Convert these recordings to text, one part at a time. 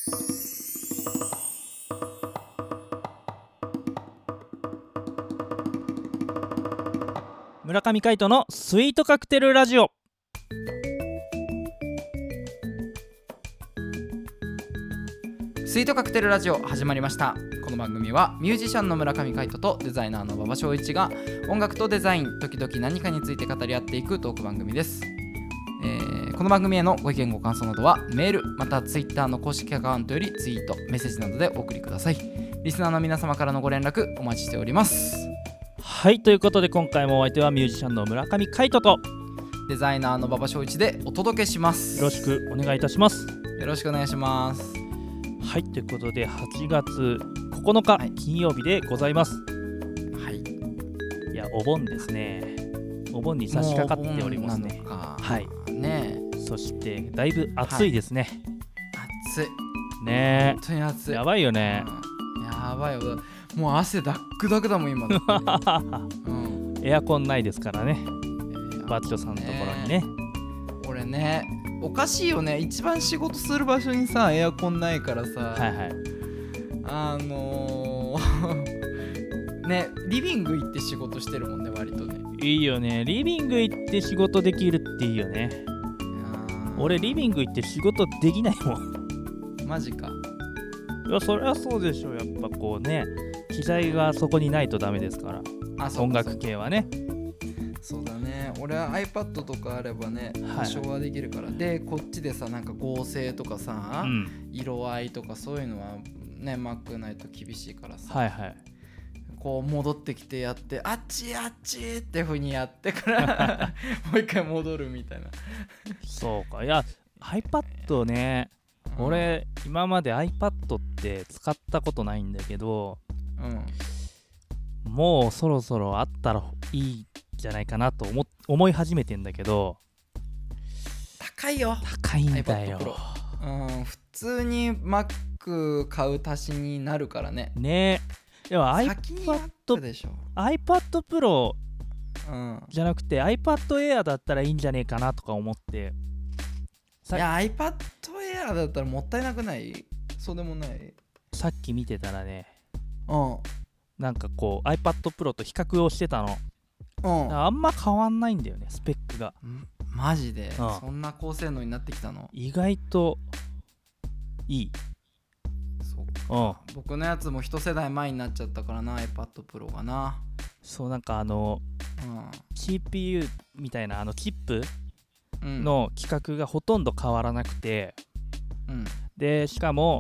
村上海人のスイートカクテルラジオ。 スイートカクテルラジオ始まりました。この番組はミュージシャンの村上海人とデザイナーの馬場翔一が音楽とデザイン、時々何かについて語り合っていくトーク番組です。この番組へのご意見ご感想などはメールまたツイッターの公式アカウントよりツイートメッセージなどでお送りください。リスナーの皆様からのご連絡お待ちしております。 はい、ということで今回もお相手はミュージシャンの村上海人とデザイナーの馬場翔一でお届けします。 よろしくお願いいたします。 よろしくお願いします。 はい、ということで8月9日、金曜日でございます。 はい。 いや、お盆ですね。お盆に差し掛かっておりますね。 はいね。 そしてだいぶ暑いですね。 暑いね。 本当に暑い。 やばいよね、 やばいよ。もう汗ダックダクだもん今だ、 エアコンないですからね、バッチョさんのところにね。 俺ね、おかしいよね。一番仕事する場所にさエアコンないからさ、ね、リビング行って仕事してるもんね、割とね。 いいよね、リビング行って仕事できるっていいよね。俺リビング行って仕事できないもん。 マジか。 いや、そりゃそうでしょ。やっぱこうね、機材がそこにないとダメですから。音楽系はね。 そうだね。俺は iPad とかあればね、多少はできるから、でこっちでさ、なんか合成とかさ、色合いとかそういうのはね Mac ないと厳しいからさ、こう戻ってきてやって、あっちってふうにやってからもう一回戻るみたいな。 そうか。いや iPad ね、俺今まで iPad って使ったことないんだけど、もうそろそろあったらいいんじゃないかなと思い始めてんだけど、 高いよ。 高いんだよ。 普通に Mac 買う足しになるからね。 ね。でも iPad Pro じゃなくて iPad Air だったらいいんじゃねえかなとか思って。 いや iPad Air だったらもったいなくない？そうでもない。 さっき見てたらね、なんかこう iPad Pro と比較をしてたの。あんま変わんないんだよね、スペックが。 マジで、そんな高性能になってきたの？ 意外といい。 僕のやつも一世代前になっちゃったからな、 iPad Pro がな。 そう、なんかCPU みたいなチップの規格がほとんど変わらなくて、でしかも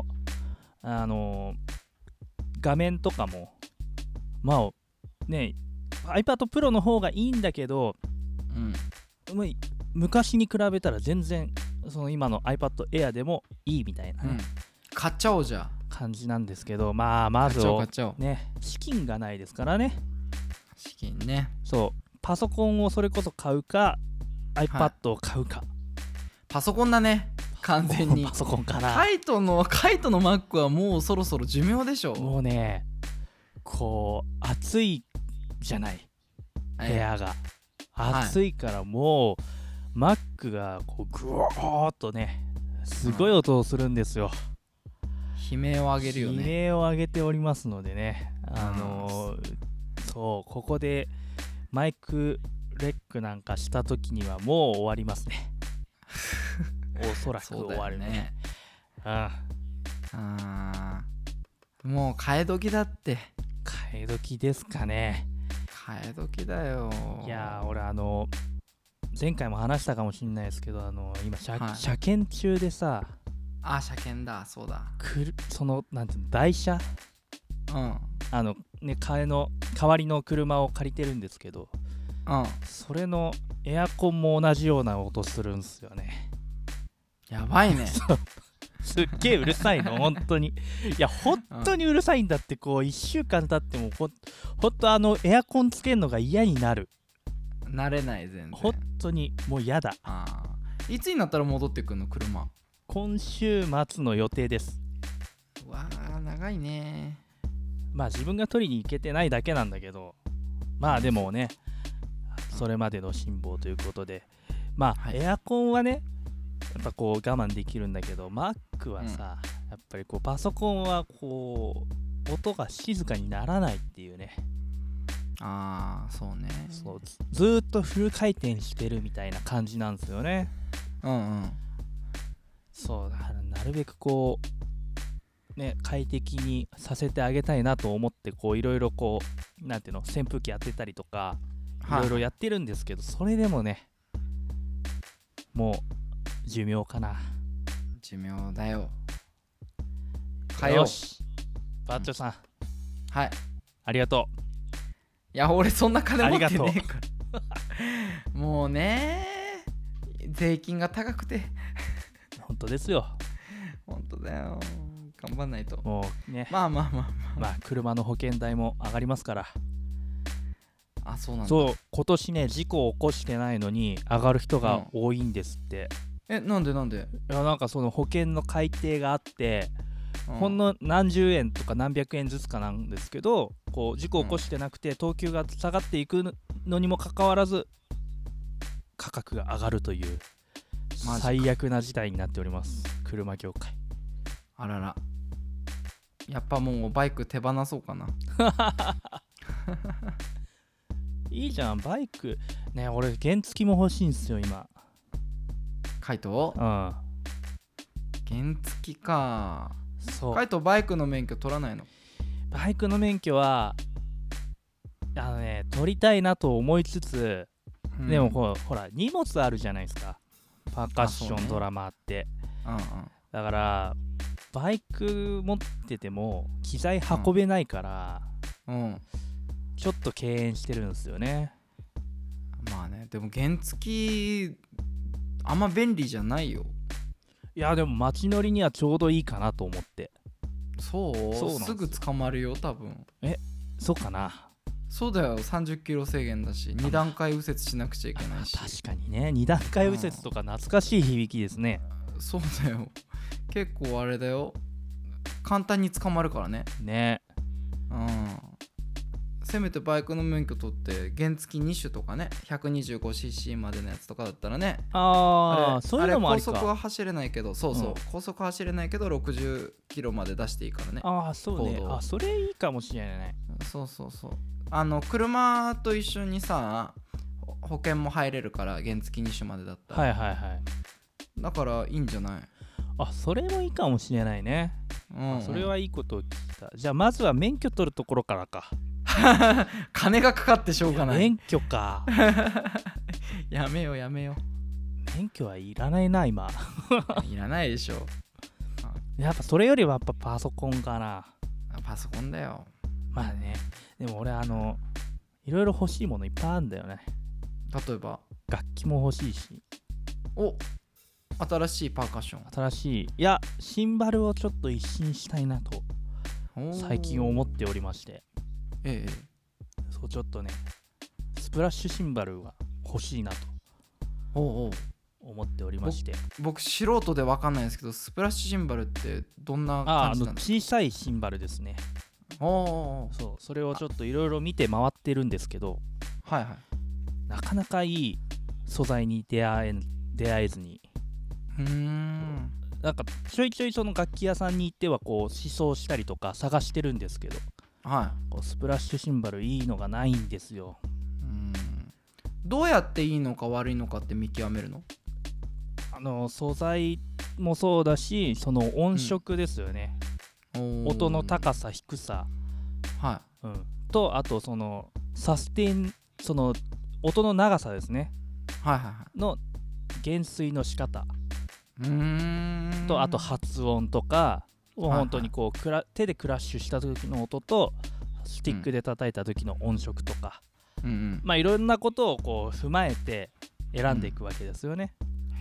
画面とかもまあね iPad Pro の方がいいんだけど、昔に比べたら全然その今の iPad Air でもいいみたいな、 買っちゃおうじゃ感じなんですけど、まずね、資金がないですからね。 資金ね。 そう、パソコンをそれこそ買うか iPad を買うか、 パソコンだね、完全に。 パソコンかな。 カイトの Mac はもうそろそろ寿命でしょ。 もうね、こう暑いじゃない、部屋が暑いから、もう Mac がこうグワーっとね、すごい音をするんですよ。 悲鳴を上げるよね。 悲鳴を上げておりますのでね、そう、ここでマイクレックなんかした時にはもう終わりますね。おそらく終わるね。 もう替え時だって。 替え時ですかね。 替え時だよ。 いや俺前回も話したかもしれないですけど、今車検中でさ。 車検だ。そうだ。 そのなんていうの、台車、代わりの車を借りてるんですけど、それのエアコンも同じような音するんすよね。 やばいね。 すっげえうるさいの本当に。いや本当にうるさいんだって。こう1週間経ってもほんとエアコンつけるのが嫌になる。 慣れない。全然本当にもう嫌だ。 いつになったら戻ってくんの車？ 今週末の予定です。 うわー、長いね。 自分が取りに行けてないだけなんだけど、でもね、それまでの辛抱ということで、エアコンはねやっぱこう我慢できるんだけど、Mac はさ、 やっぱりこうパソコンはこう音が静かにならないっていうね。 ああそうね。 そうずーっとフル回転してるみたいな感じなんですよね。 うんうん。 そうだからなるべくこうね快適にさせてあげたいなと思ってこういろいろこうなんていうの扇風機やってたりとかいろいろやってるんですけど、それでもねもう寿命かな。 寿命だよ。変えよう。 よしバッチョさん、 はい。 ありがといや俺そんな金持ってねえありからもうね税金が高くてう。本当ですよ。 本当だよ。頑張んないと。 もうねまあ車の保険代も上がりますから。 あそうなんだ。 そう今年ね事故を起こしてないのに上がる人が多いんですって、 なんでいやなんかその保険の改定があって、ほんの何十円とか何百円ずつかなんですけどこう事故を起こしてなくて等級が下がっていくのにもかかわらず価格が上がるという最悪な事態になっております車業界。 あらら。やっぱもうバイク手放そうかな。 いいじゃんバイクね。俺原付も欲しいんすよ今。 カイトうん原付か。 そうカイトバイクの免許取らないの？ バイクの免許は取りたいなと思いつつ、でもほら荷物あるじゃないですか。パーカッション、ドラマーって、だからバイク持ってても機材運べないから、ちょっと敬遠してるんですよね。 まあねでも原付あんま便利じゃないよ。 いやでも街乗りにはちょうどいいかなと思って。 そうすぐ捕まるよ多分。 そうかな。 そうだよ30キロ制限だし2段階右折しなくちゃいけないし。 確かにね2段階右折とか懐かしい響きですね。 そうだよ結構あれだよ簡単に捕まるからね。せめてバイクの免許取って原付2種とかね 125cc までのやつとかだったらね。 そういうのもありか。 高速は走れないけど高速走れないけど60キロまで出していいからね。 そうね。それいいかもしれないね。 そう車と一緒にさ保険も入れるから原付2種までだったら。だからいいんじゃない？ それもいいかもしれないね。それはいいことを聞いた。じゃあまずは免許取るところからか。 金がかかってしょうがない。 免許か。 やめよう。 免許はいらないな今。 いらないでしょ。 やっぱそれよりはやっぱパソコンかな。 パソコンだよ。 まあね。でも俺いろいろ欲しいものいっぱいあるんだよね。 例えば楽器も欲しいし。 新しいパーカッション。 新しい。いやシンバルをちょっと一新したいなと最近思っておりまして。そうちょっとねスプラッシュシンバルが欲しいなと思っておりまして。 僕素人で分かんないですけどスプラッシュシンバルってどんな感じなんですか？ 小さいシンバルですね。それをちょっといろいろ見て回ってるんですけど、なかなかいい素材に出会えずに、なんかちょいちょいその楽器屋さんに行ってはこう試奏したりとか探してるんですけど、こうスプラッシュシンバルいいのがないんですよ。 どうやっていいのか悪いのかって見極めるの？ 素材もそうだしその音色ですよね。音の高さ低さ、とあとそのサステンその音の長さですね、の減衰の仕方とあと発音とかを本当にこう手でクラッシュした時の音とスティックで叩いた時の音色とか、まあいろんなことをこう踏まえて選んでいくわけですよね。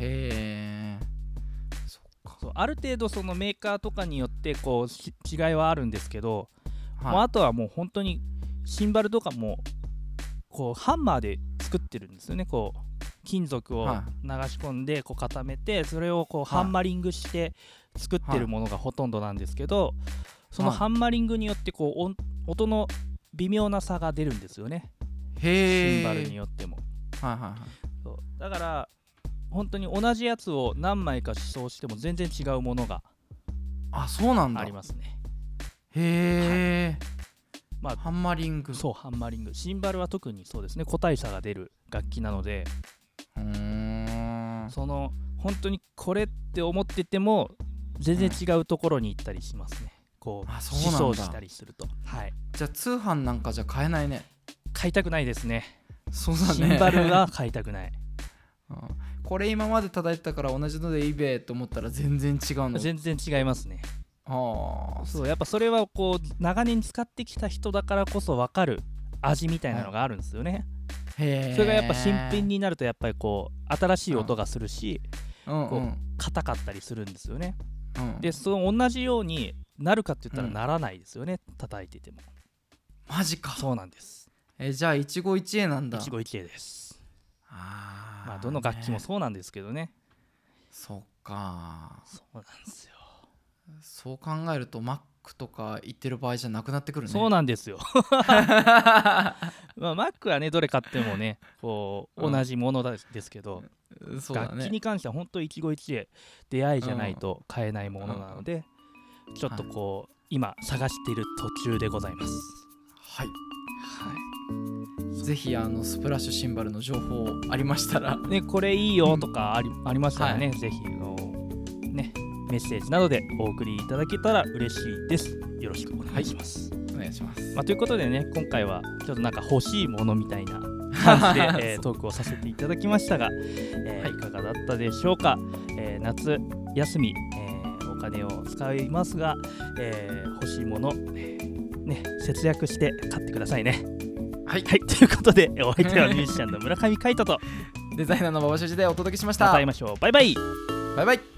そうある程度そのメーカーとかによってこう違いはあるんですけど、もうあとはもう本当にシンバルとかもこうハンマーで作ってるんですよね。こう金属を流し込んでこう固めてそれをこうハンマリングして作ってるものがほとんどなんですけど、そのハンマリングによってこう音の微妙な差が出るんですよね。シンバルによっても。そうだから本当に同じやつを何枚か試奏しても全然違うものがあ、そうなんだ。 ありますね。 へえ、 まあハンマリング。 そう、ハンマリング。シンバルは特にそうですね、個体差が出る楽器なので、その本当にこれって思ってても全然違うところに行ったりしますね。こうそうなんだ。 試奏したりすると、はい、 じゃあ通販なんかじゃ買えないね。 買いたくないですね。 そうだね。 シンバルは買いたくない。 これ今まで叩いてたから同じのでいいべと思ったら全然違うの。 全然違いますね。 そう、 やっぱそれはこう長年使ってきた人だからこそ分かる味みたいなのがあるんですよね。 へえ。 それがやっぱ新品になるとやっぱりこう新しい音がするし、こう硬かったりするんですよね。でその同じようになるかって言ったらならないですよね、叩いてても。 マジか。 そうなんです。 じゃあ一期一会なんだ。 一期一会です。まあどの楽器もそうなんですけどね。 そっか。 そうなんですよ。 そう考えると Mac とか言ってる場合じゃなくなってくるね。 そうなんですよ。まあ Mac はねどれ買ってもねこう同じものですけど、 そうだね、 楽器に関しては本当一期一会出会いじゃないと買えないものなので、ちょっとこう、今探している途中でございます。 はい、ぜひスプラッシュシンバルの情報ありましたらね、これいいよとかありましたらね、ぜひねメッセージなどでお送りいただけたら嬉しいです。よろしくお願いします。 お願いします。 ということでね、今回はちょっとなんか欲しいものみたいな感じで、トークをさせていただきましたが、いかがだったでしょうか。夏休み、お金を使いますが、欲しいもの、ね、節約して買ってくださいね。はい、ということでお相手はミュージシャンの村上海人とデザイナーの馬場所一でお届けしました。 また会いましょう。バイバイ。 バイバイ。